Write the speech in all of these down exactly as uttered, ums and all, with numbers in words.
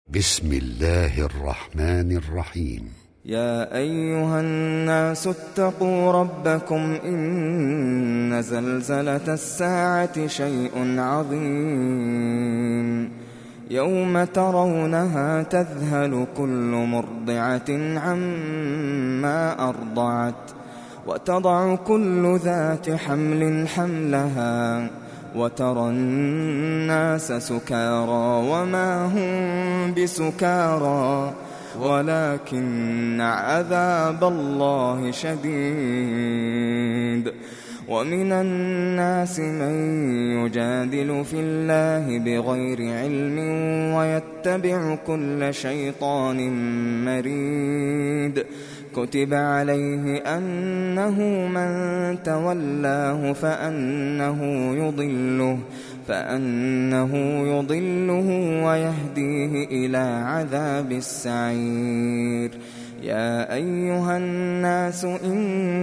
بسم الله الرحمن الرحيم. يا أيها الناس اتقوا ربكم إن زلزلة الساعة شيء عظيم يوم ترونها تذهل كل مرضعة عما أرضعت وتضع كل ذات حمل حملها وترى الناس سكارى وما هم بسكارى ولكن عذاب الله شديد. ومن الناس من يجادل في الله بغير علم ويتبع كل شيطان مريد. كتب عليه أنه من تولاه فأنه يضله فأنه يضله ويهديه إلى عذاب السعير. يا أيها الناس إن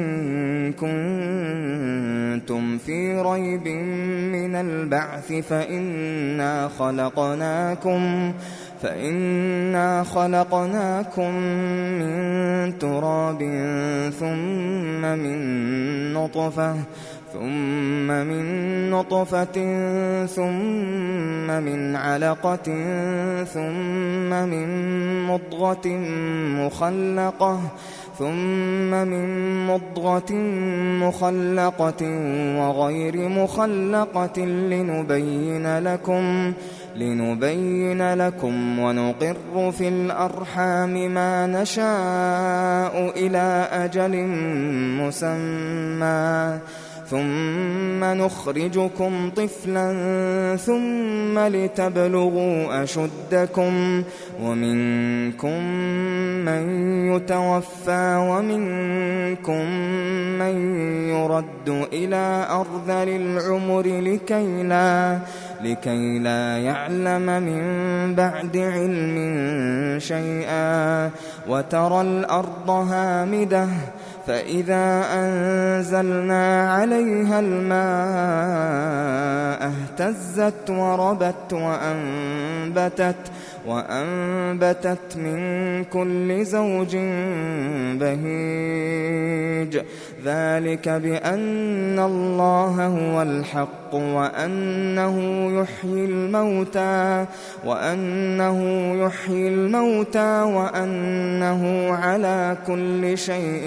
كنتم في ريب من البعث فإنا خلقناكم فإنا خلقناكم من تراب ثم من نطفة ثم من نطفة ثم من علقة ثم من مضغة مخلقة ثم من مضغة مخلقة وغير مخلقة لنبين لكم لنبين لكم ونقر في الأرحام ما نشاء إلى أجل مسمى ثم نخرجكم طفلا ثم لتبلغوا أشدكم ومنكم من يتوفى ومنكم من يرد إلى أرذل العمر لكي لا لكي لا يعلم من بعد علم شيئا. وترى الأرض هامدة فإذا أنزلنا عليها الماء اهتزت وربت وأنبتت وأنبتت من كل زوج بهيج. ذلك بأن الله هو الحق وأنه يحيي الموتى وأنه يحيي الموتى وأنه على كل شيء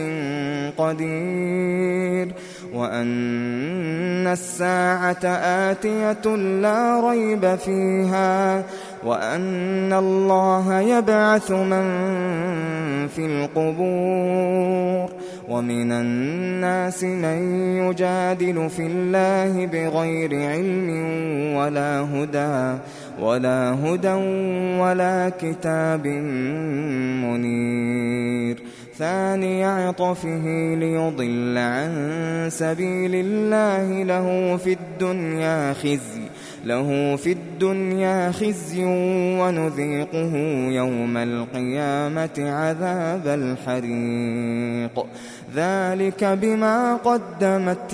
قدير وأن الساعة آتية لا ريب فيها وأن الله يبعث من في القبور. ومن الناس من يجادل في الله بغير علم ولا هدى ولا هدى ولا كتاب منير. ثاني عطفه ليضل عن سبيل الله له في الدنيا خزي له في الدنيا خزي ونذيقه يوم القيامة عذاب الحريق. ذلك بما قدمت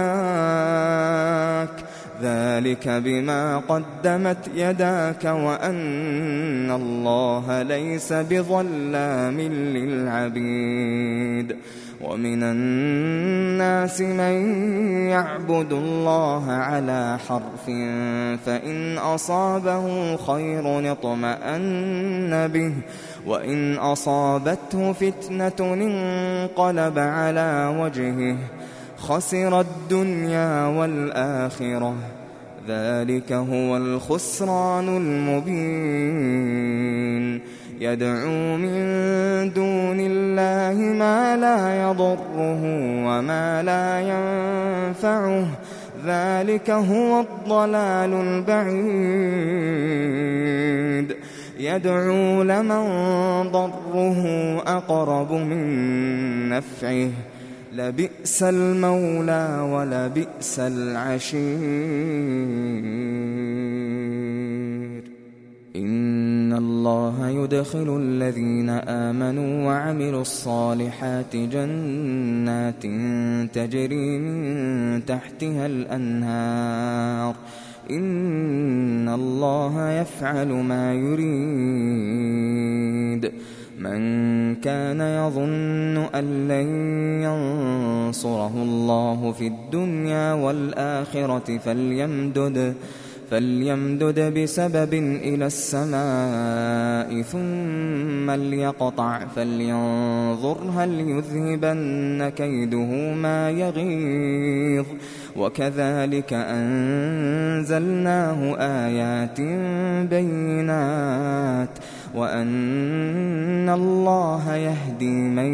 يداك ذلك بما قدمت يداك وأن الله ليس بظلام للعبيد. ومن الناس من يعبد الله على حرف فإن أصابه خير اطمأن به وإن أصابته فتنة انقلب على وجهه خسر الدنيا والآخرة. ذلك هو الخسران المبين. يدعو من دون الله ما لا يضره وما لا ينفعه ذلك هو الضلال البعيد. يدعو لمن ضره أقرب من نفعه لبئس المولى ولبئس العشير. إن الله يدخل الذين آمنوا وعملوا الصالحات جنات تجري من تحتها الأنهار إن الله يفعل ما يريد. شهيد من كان يظن أن لن ينصره الله في الدنيا والآخرة فليمدد فليمدد بسبب إلى السماء ثم ليقطع فلينظر هل يذهبن كيده ما يغيظ وكذلك أنزلناه آيات بينات وأن الله يهدي من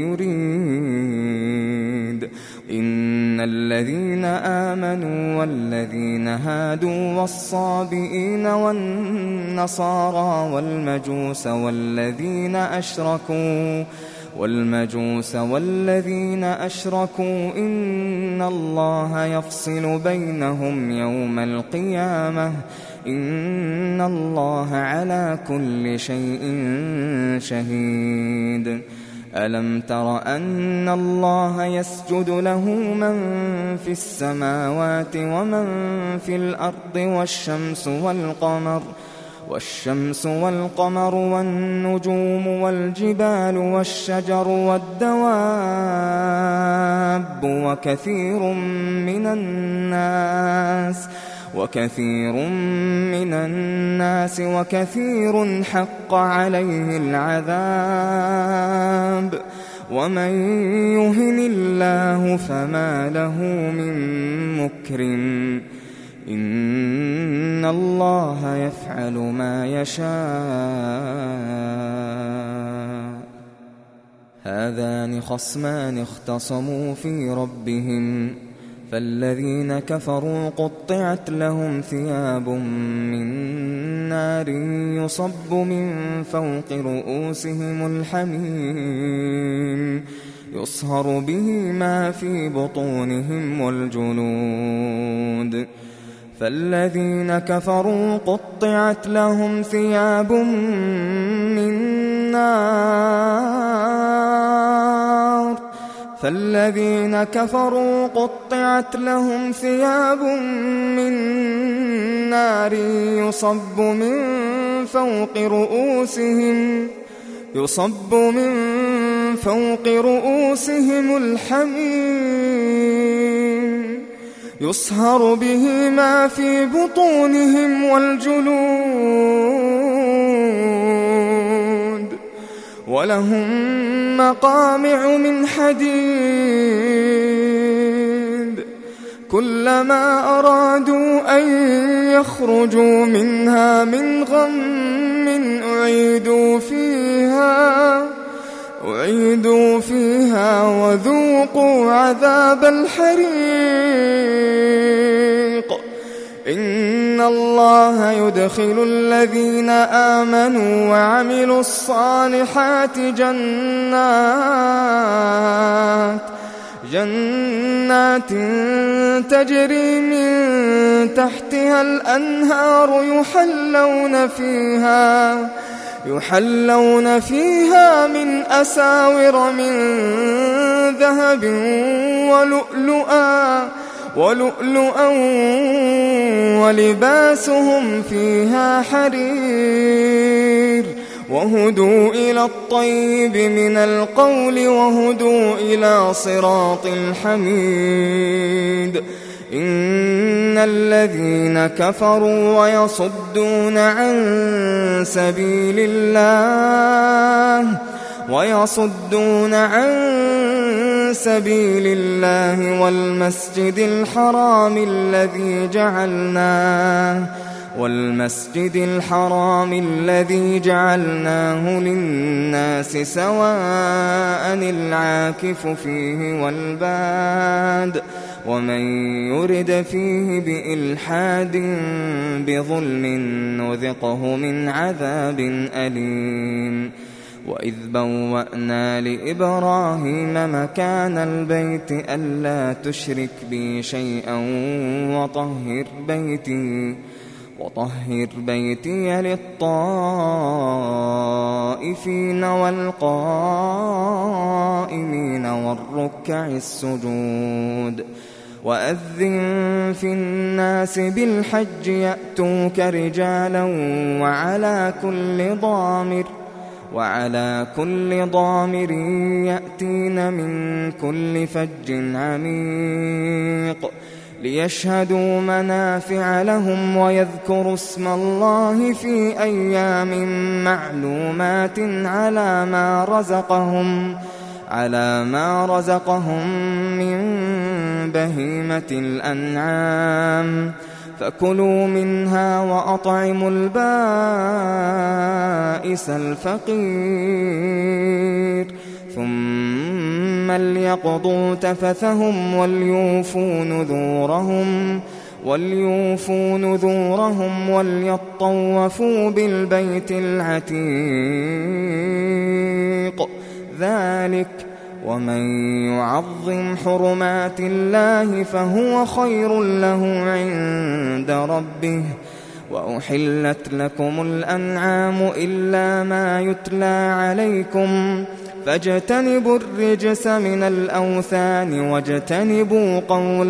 يريد إن الذين آمنوا والذين هادوا والصابئين والنصارى والمجوس والذين أشركوا والمجوس والذين أشركوا إن الله يفصل بينهم يوم القيامة إن الله على كل شيء شهيد ألم تر أن الله يسجد له من في السماوات ومن في الأرض والشمس والقمر والشمس والقمر والنجوم والجبال والشجر والدواب وكثير من الناس وكثير من الناس وكثير حق عليه العذاب ومن يهن الله فما له من مكرم إن الله يفعل ما يشاء هذان خصمان اختصموا في ربهم فالذين كفروا قطعت لهم ثياب من نار يصب من فوق رؤوسهم الحميم يصهر به ما في بطونهم والجلود فالذين كفروا قطعت لهم ثياب من نار فالذين كفروا قطعت لهم ثياب من نار يصب من فوق رؤوسهم يصب من فوق رؤوسهم الحميم يصهر به ما في بطونهم والجلود ولهم مقامع من حديد كلما أرادوا أن يخرجوا منها من غم أعيدوا فيها أعيدوا فيها وذوقوا عذاب الحريق إن الله يدخل الذين آمنوا وعملوا الصالحات جنات جنات تجري من تحتها الأنهار يحلون فيها يحلون فيها من أساور من ذهب ولؤلؤا ولؤلؤا ولباسهم فيها حرير وهدوا إلى الطيب من القول وهدوا إلى صراط الحميد إن الذين كفروا ويصدون عن سبيل الله ويصدون عن سبيل الله والمسجد الحرام الذي جعلناه والمسجد الحرام الذي جعلناه للناس سواء العاكف فيه والباد ومن يرد فيه بإلحاد بظلم نذقه من عذاب أليم وإذ بوأنا لإبراهيم مكان البيت ألا تشرك بي شيئا وطهر بيتي وطهر بيتي للطائفين والقائمين والركع السجود وأذن في الناس بالحج يأتوك رجالا وعلى كل ضامر وعلى كل ضامر يأتين من كل فج عميق ليشهدوا منافع لهم ويذكروا اسم الله في أيام معلومات على ما رزقهم على ما رزقهم من بهيمة الأنعام فكلوا منها وأطعموا البائس الفقير ثم ليقضوا تفثهم وليوفوا نذورهم وليوفوا نذورهم وليطوفوا بالبيت العتيق ذلك ومن يعظم حرمات الله فهو خير له عند ربه وأحلت لكم الأنعام إلا ما يتلى عليكم فاجتنبوا الرجس من الأوثان واجتنبوا قول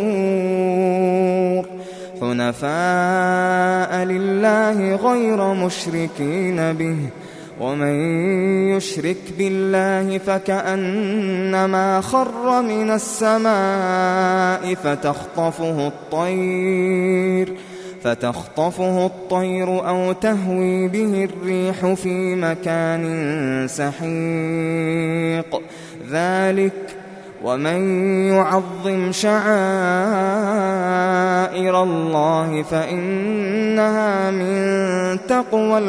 الزور حنفاء لله غير مشركين به ومن يشرك بالله فكأنما خر من السماء فتخطفه الطير فتخطفه الطير أو تهوي به الريح في مكان سحيق ذلك ومن يعظم شعائر الله فإنها من تقوى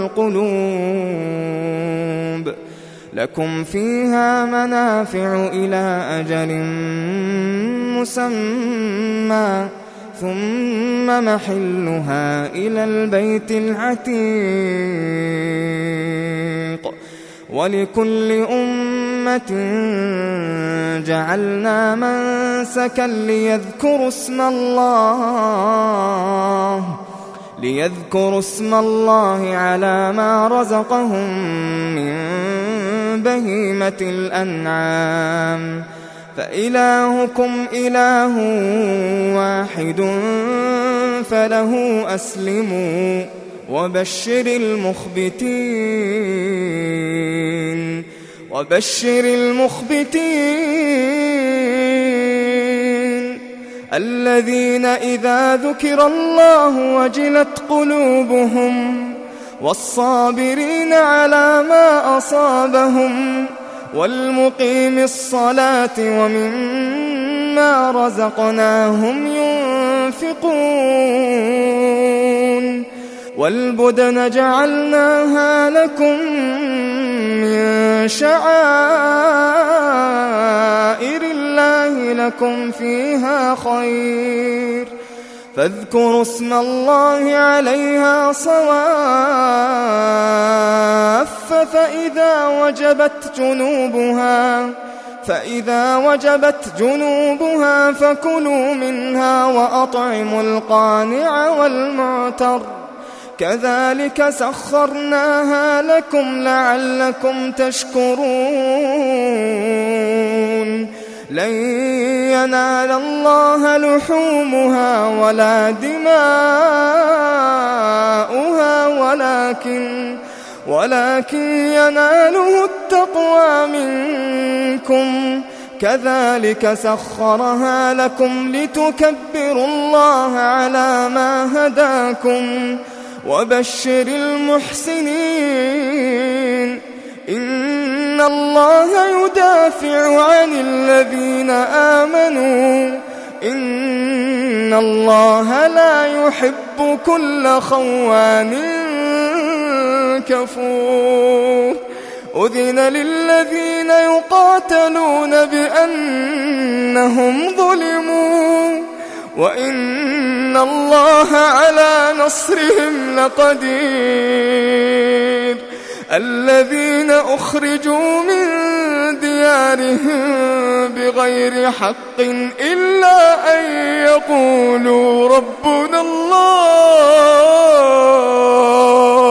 القلوب لكم فيها منافع إلى أجل مسمى ثم محلها إلى البيت العتيق ولكل أمة جعلنا منسكا ليذكروا اسم الله ليذكروا اسم الله على ما رزقهم من بهيمة الأنعام فإلهكم إله واحد فله أسلموا وبشر المخبتين وبشر المخبتين الذين إذا ذكر الله وجلت قلوبهم والصابرين على ما أصابهم والمقيم الصلاة ومما رزقناهم ينفقون والبدن جعلناها لكم من شعائر الله لكم فيها خير فاذكروا اسم الله عليها صواف فإذا وجبت جنوبها فإذا وجبت جنوبها فكلوا منها وأطعموا القانع والمعتر كذلك سخرناها لكم لعلكم تشكرون لن ينال الله لحومها ولا دماؤها ولكن ولكن يناله التقوى منكم كذلك سخرها لكم لتكبروا الله على ما هداكم وبشر المحسنين إن الله يدافع عن الذين آمنوا إن الله لا يحب كل خوان كفور أذن للذين يقاتلون بأنهم ظلموا وإن الله على نصرهم لقدير الذين أخرجوا من ديارهم بغير حق إلا أن يقولوا ربنا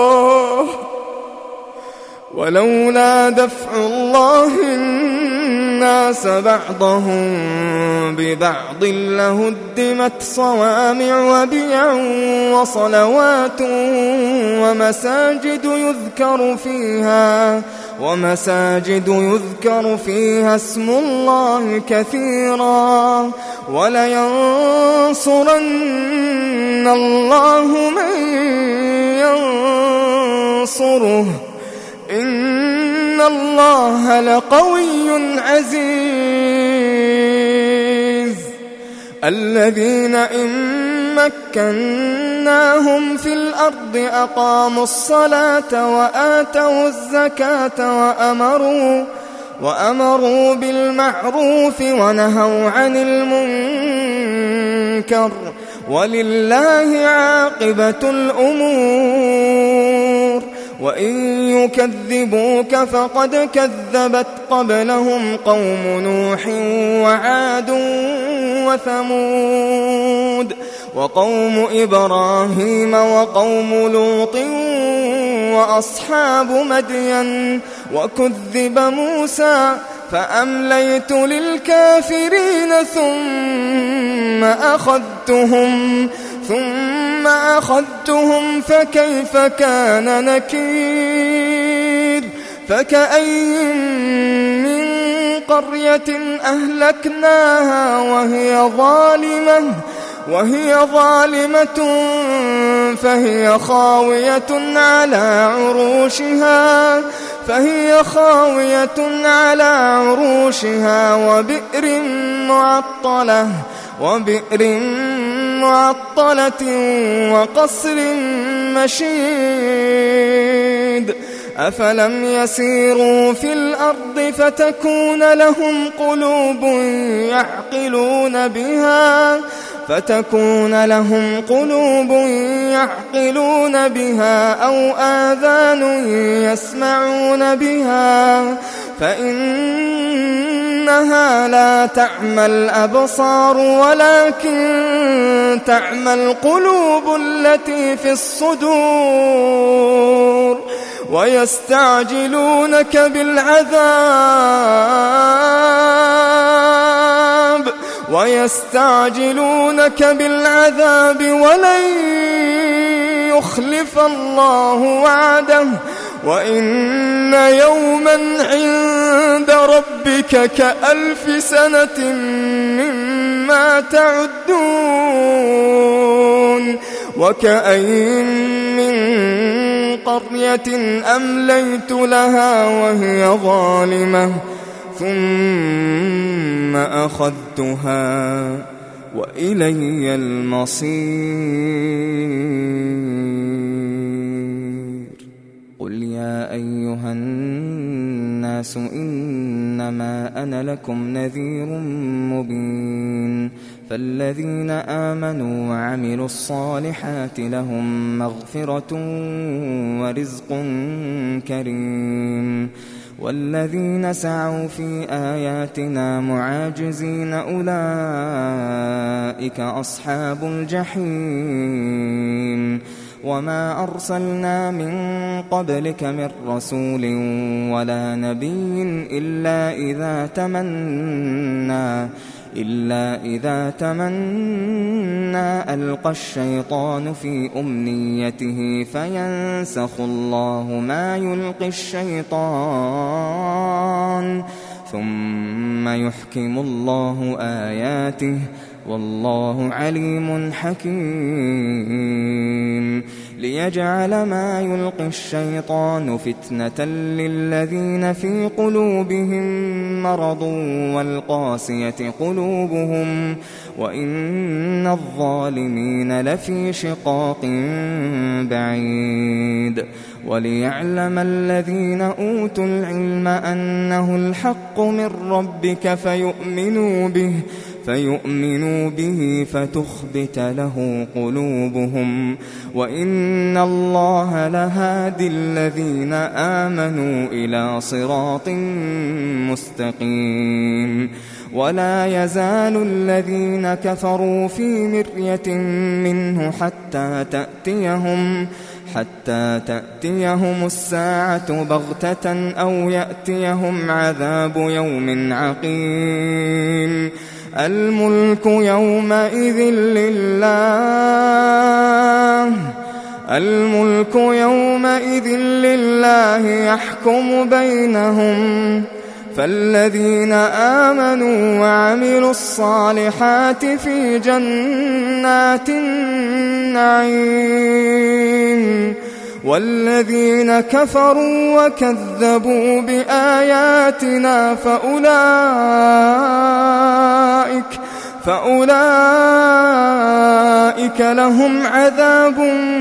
الله ولولا دفع الله الناس بعضهم ببعض لهدمت صوامع وبيع وصلوات ومساجد يذكر فيها ومساجد يذكر فيها اسم الله كثيرا ولينصرن الله من ينصره إن الله لقوي عزيز. الذين إن مكناهم في الأرض أقاموا الصلاة وآتوا الزكاة وأمروا وأمروا بالمعروف ونهوا عن المنكر ولله عاقبة الأمور. وإن يكذبوك فقد كذبت قبلهم قوم نوح وعاد وثمود وقوم إبراهيم وقوم لوط وأصحاب مدين وكذب موسى فأمليت للكافرين ثم أخذتهم ثم أخذتهم فكيف كان نكير. فكأي من قرية أهلكناها وهي ظالمة وهي ظالمة فهي خاوية على عروشها فهي خاوية على عروشها وبئر معطلة وبئر معطلة وقصر مشيد. أفلم يسيروا في الأرض فتكون لهم قلوب يعقلون بها فتكون لهم قلوب يعقلون بها أو آذان يسمعون بها فإنها لا تعمى الأبصار ولكن تعمى القلوب التي في الصدور. ويستعجلونك بالعذاب ويستعجلونك بالعذاب ولن يخلف الله وعده وإن يوما عند ربك كألف سنة مما تعدون. وكأين من قرية أمليت لها وهي ظالمة ثم أخذتها وإلي المصير. قل يا أيها الناس إنما أنا لكم نذير مبين. فالذين آمنوا وعملوا الصالحات لهم مغفرة ورزق كريم. والذين سعوا في آياتنا معاجزين أولئك أصحاب الجحيم. وما أرسلنا من قبلك من رسول ولا نبي إلا إذا تمنى إلا إذا تمنى ألقى الشيطان في أمنيته فينسخ الله ما يلقي الشيطان ثم يحكم الله آياته والله عليم حكيم. ليجعل ما يلقي الشيطان فتنة للذين في قلوبهم مرض والقاسية قلوبهم وإن الظالمين لفي شقاق بعيد. وليعلم الذين أوتوا العلم أنه الحق من ربك فيؤمنوا به فيؤمنوا به فتخبت له قلوبهم وإن الله لهادي الذين آمنوا إلى صراط مستقيم. ولا يزال الذين كفروا في مرية منه حتى تأتيهم حتى تأتيهم الساعة بغتة أو يأتيهم عذاب يوم عقيم. الملك يومئذ لله الملك يومئذ لله يحكم بينهم، فالذين آمنوا وعملوا الصالحات في جنات النعيم، والذين كفروا وكذبوا بآياتنا فأولئك فأولئك لهم عذاب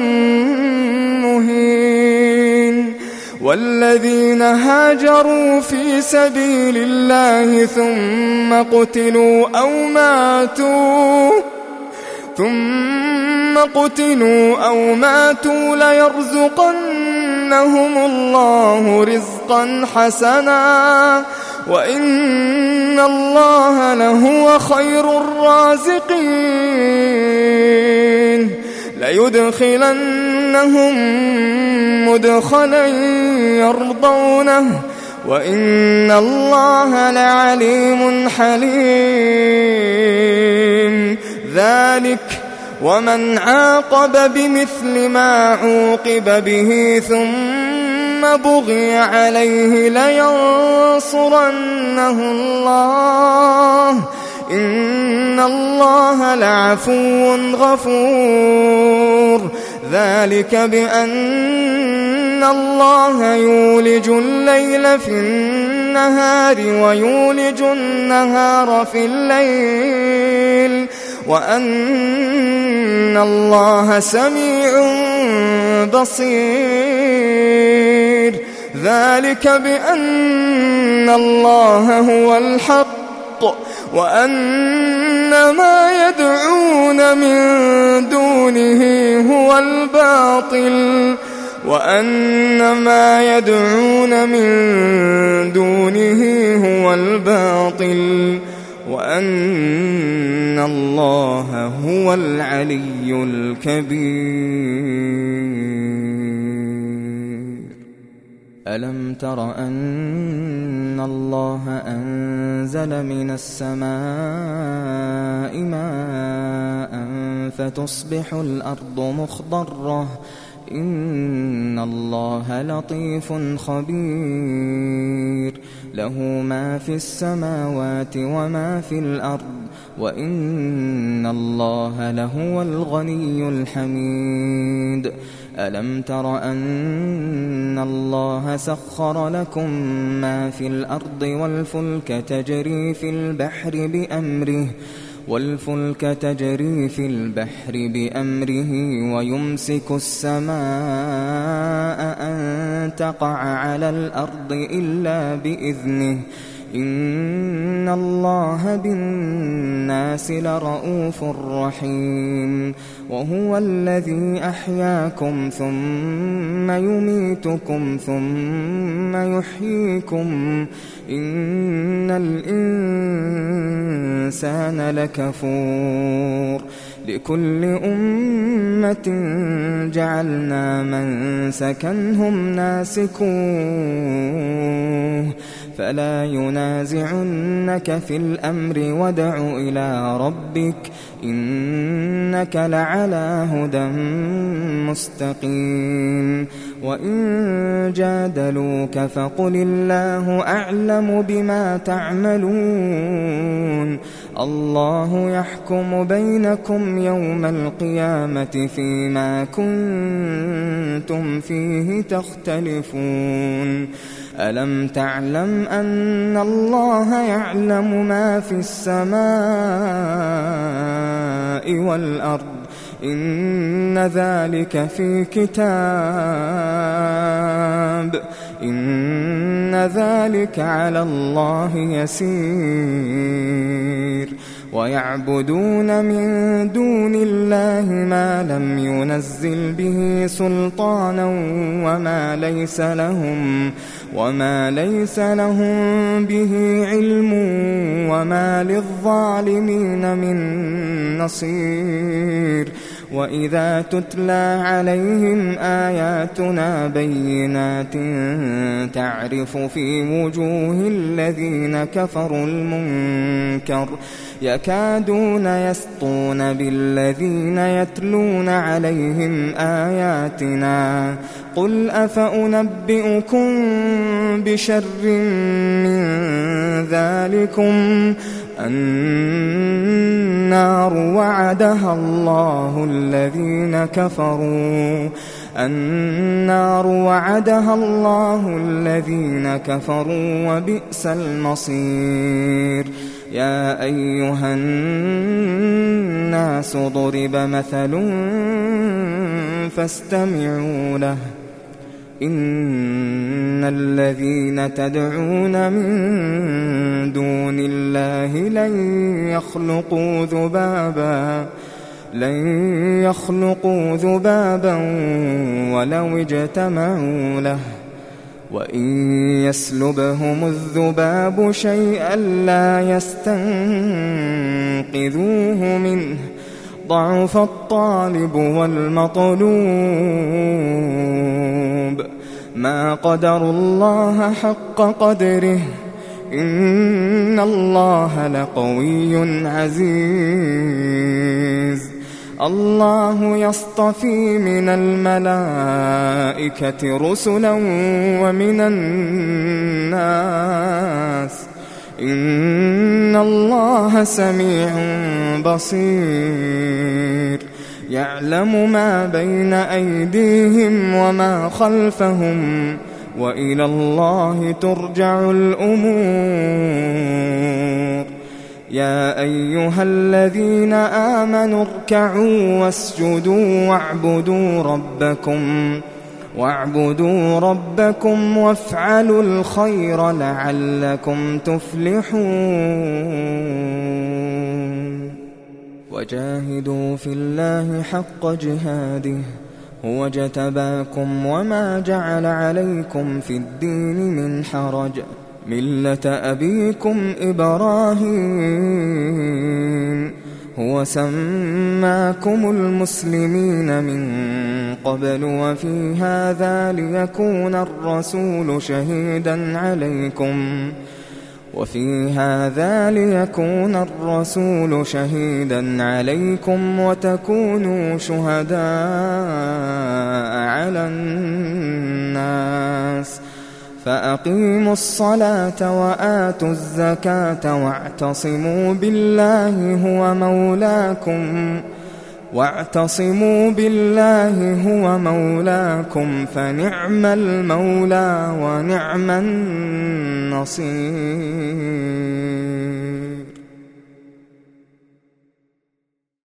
مهين. والذين هاجروا في سبيل الله ثم قتلوا أو ماتوا ثم قتلوا أو ماتوا ليرزقنهم الله رزقا حسنا وإن الله لهو خير الرازقين. ليدخلنهم مدخلا يرضونه وإن الله لعليم حليم. ذلك ومن عاقب بمثل ما عوقب به ثم بغي عليه لينصرنه الله إن الله لعفو غفور. ذلك بأن الله يولج الليل في النهار ويولج النهار في الليل وأن الله سميع بصير. ذلك بأن الله هو الحق وأن ما يدعون من دونه هو الباطل وأن ما يدعون من دونه هو الباطل وأن الله هو العلي الكبير. ألم تر أن الله أنزل من السماء ماء فتصبح الأرض مخضرة إن الله لطيف خبير. له ما في السماوات وما في الأرض وإن الله لهو الغني الحميد. ألم تر أن الله سخر لكم ما في الأرض والفلك تجري في البحر بأمره والفلك تجري في البحر بأمره ويمسك السماء أن تقع على الأرض إلا بإذنه إن الله بالناس لرءوف رحيم. وهو الذي أحياكم ثم يميتكم ثم يحييكم إن الإنسان لكفور. لكل أمة جعلنا منسكنهم ناسكوه فلا ينازعنك في الأمر وادع إلى ربك إنك لعلى هدى مستقيم. وإن جادلوك فقل الله أعلم بما تعملون الله يحكم بينكم يوم القيامة فيما كنتم فيه تختلفون. ألم تعلم أن الله يعلم ما في السماء والأرض إن ذلك في كتاب إن ذلك على الله يسير. ويعبدون من دون الله ما لم ينزل به سلطانا وما ليس لهم وما ليس لهم به علم وما للظالمين من نصير. وإذا تتلى عليهم آياتنا بينات تعرف في وجوه الذين كفروا المنكر يكادون يسطون بالذين يتلون عليهم آياتنا قل أفأنبئكم بشر من ذلكم النار وعدها الله الذين كفروا النار وعدها الله الذين كفروا وبئس المصير يا أيها الناس ضرب مثل فاستمعوا له إن الذين تدعون من دون الله لن يخلقوا ذبابا لن يخلقوا ذبابا ولو اجتمعوا له وإن يسلبهم الذباب شيئا لا يستنقذوه منه ضعف الطالب والمطلوب ما قدروا الله حق قدره إن الله لقوي عزيز الله يصطفي من الملائكة رسلا ومن الناس إن الله سميع بصير يعلم ما بين أيديهم وما خلفهم وإلى الله ترجع الأمور يا أيها الذين آمنوا اركعوا واسجدوا واعبدوا ربكم واعبدوا ربكم وافعلوا الخير لعلكم تفلحون وجاهدوا في الله حق جهاده هو اجتباكم وما جعل عليكم في الدين من حرج ملة أبيكم إبراهيم هو سماكم المسلمين من قبل وفي هذا ليكون الرسول شهيدا عليكم وفي هذا ليكون الرسول شهيدا عليكم وتكونوا شهداء على الناس فأقيموا الصلاة وآتوا الزكاة واعتصموا بالله هو مولاكم واعتصموا بالله هو مولاكم فنعم المولى ونعم النصير.